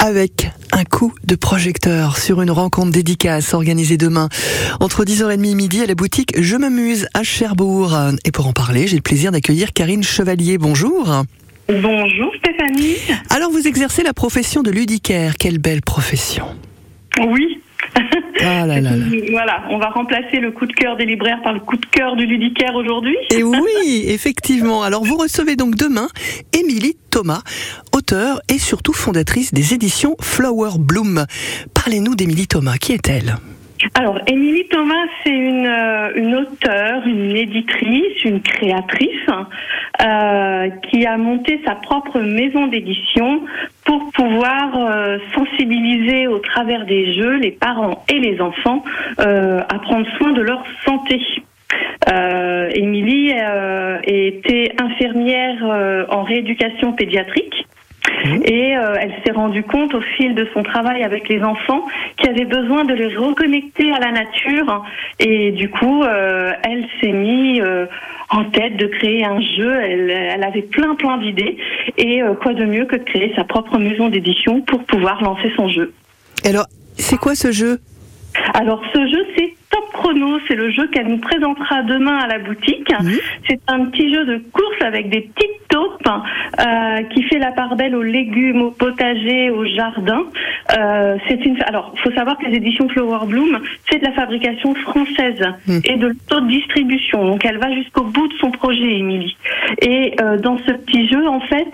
avec un coup de projecteur sur une rencontre dédicace organisée demain entre 10h30 et midi à la boutique Je m'amuse à Cherbourg. Et pour en parler, j'ai le plaisir d'accueillir Karine Chevalier. Bonjour. Bonjour Stéphanie. Alors vous exercez la profession de ludicaire. Quelle belle profession. Oui. Ah là là là. Voilà, on va remplacer le coup de cœur des libraires par le coup de cœur du ludicaire aujourd'hui. Et oui, effectivement. Alors vous recevez donc demain Émilie Thomas, auteure et surtout fondatrice des éditions Flower Bloom. Parlez-nous d'Émilie Thomas, qui est-elle ? Alors, Émilie Thomas, c'est une auteure, une éditrice, une créatrice qui a monté sa propre maison d'édition pour pouvoir sensibiliser au travers des jeux les parents et les enfants à prendre soin de leur santé. Émilie était infirmière en rééducation pédiatrique. Et elle s'est rendue compte au fil de son travail avec les enfants qu'il y avait besoin de les reconnecter à la nature. Et du coup, elle s'est mise en tête de créer un jeu. Elle avait plein d'idées. Et quoi de mieux que de créer sa propre maison d'édition pour pouvoir lancer son jeu. Alors, c'est quoi ce jeu ? Alors, ce jeu, c'est Top Chrono. C'est le jeu qu'elle nous présentera demain à la boutique. C'est un petit jeu de course avec des petites taupes qui fait la part belle aux légumes, au potager, au jardin. Alors, il faut savoir que les éditions Flower Bloom, c'est de la fabrication française et de l'auto-distribution. Donc, elle va jusqu'au bout de son projet, Émilie. Et dans ce petit jeu, en fait,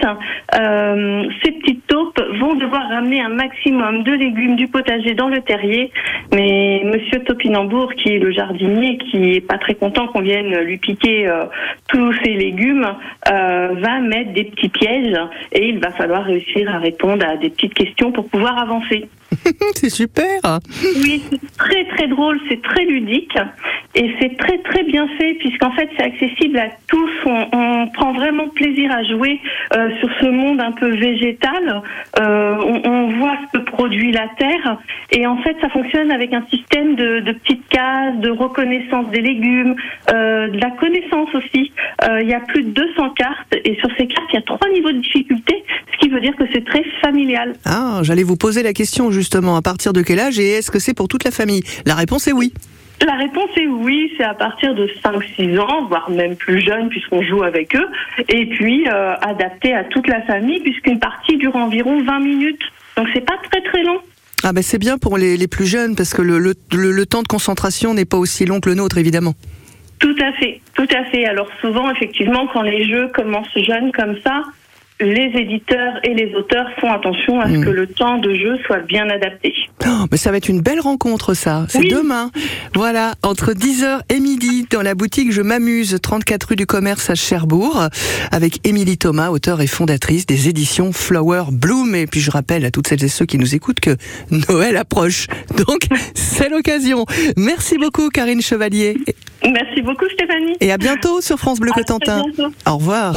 ces petites taupes vont devoir ramener un maximum de légumes du potager dans le terrier. Mais Monsieur Topinambour, qui est le jardinier, qui est pas très content qu'on vienne lui piquer tous ses légumes, va mettre des petits pièges et il va falloir réussir à répondre à des petites questions pour pouvoir avancer. C'est super. Oui, c'est très drôle, c'est très ludique et c'est très bien fait puisqu'en fait c'est accessible à tous. On prend vraiment plaisir à jouer sur ce monde un peu végétal. On voit ce que produit la terre et en fait ça fonctionne avec un système de petites cases, de reconnaissance des légumes, de la connaissance aussi. Il y a plus de 200 cartes et sur ces cartes il y a 3 niveaux de difficulté, ce qui veut dire que c'est très familial. Ah, j'allais vous poser la question justement, à partir de quel âge et est-ce que c'est pour toute la famille ? La réponse est oui. La réponse est oui, c'est à partir de 5-6 ans, voire même plus jeune puisqu'on joue avec eux, et puis adapté à toute la famille puisqu'une partie dure environ 20 minutes, donc c'est pas très long. Ah ben c'est bien pour les plus jeunes parce que le temps de concentration n'est pas aussi long que le nôtre évidemment. Tout à fait. Alors souvent, effectivement, quand les jeux commencent jeunes comme ça, les éditeurs et les auteurs font attention à ce que le temps de jeu soit bien adapté. Oh, mais ça va être une belle rencontre ça, c'est demain. Voilà, entre 10h et midi dans la boutique Je m'amuse, 34 rue du Commerce à Cherbourg, avec Émilie Thomas, auteure et fondatrice des éditions Flower Bloom. Et puis je rappelle à toutes celles et ceux qui nous écoutent que Noël approche, donc c'est l'occasion. Merci beaucoup Karine Chevalier. Merci beaucoup Stéphanie. Et à bientôt sur France Bleu Cotentin. Au revoir.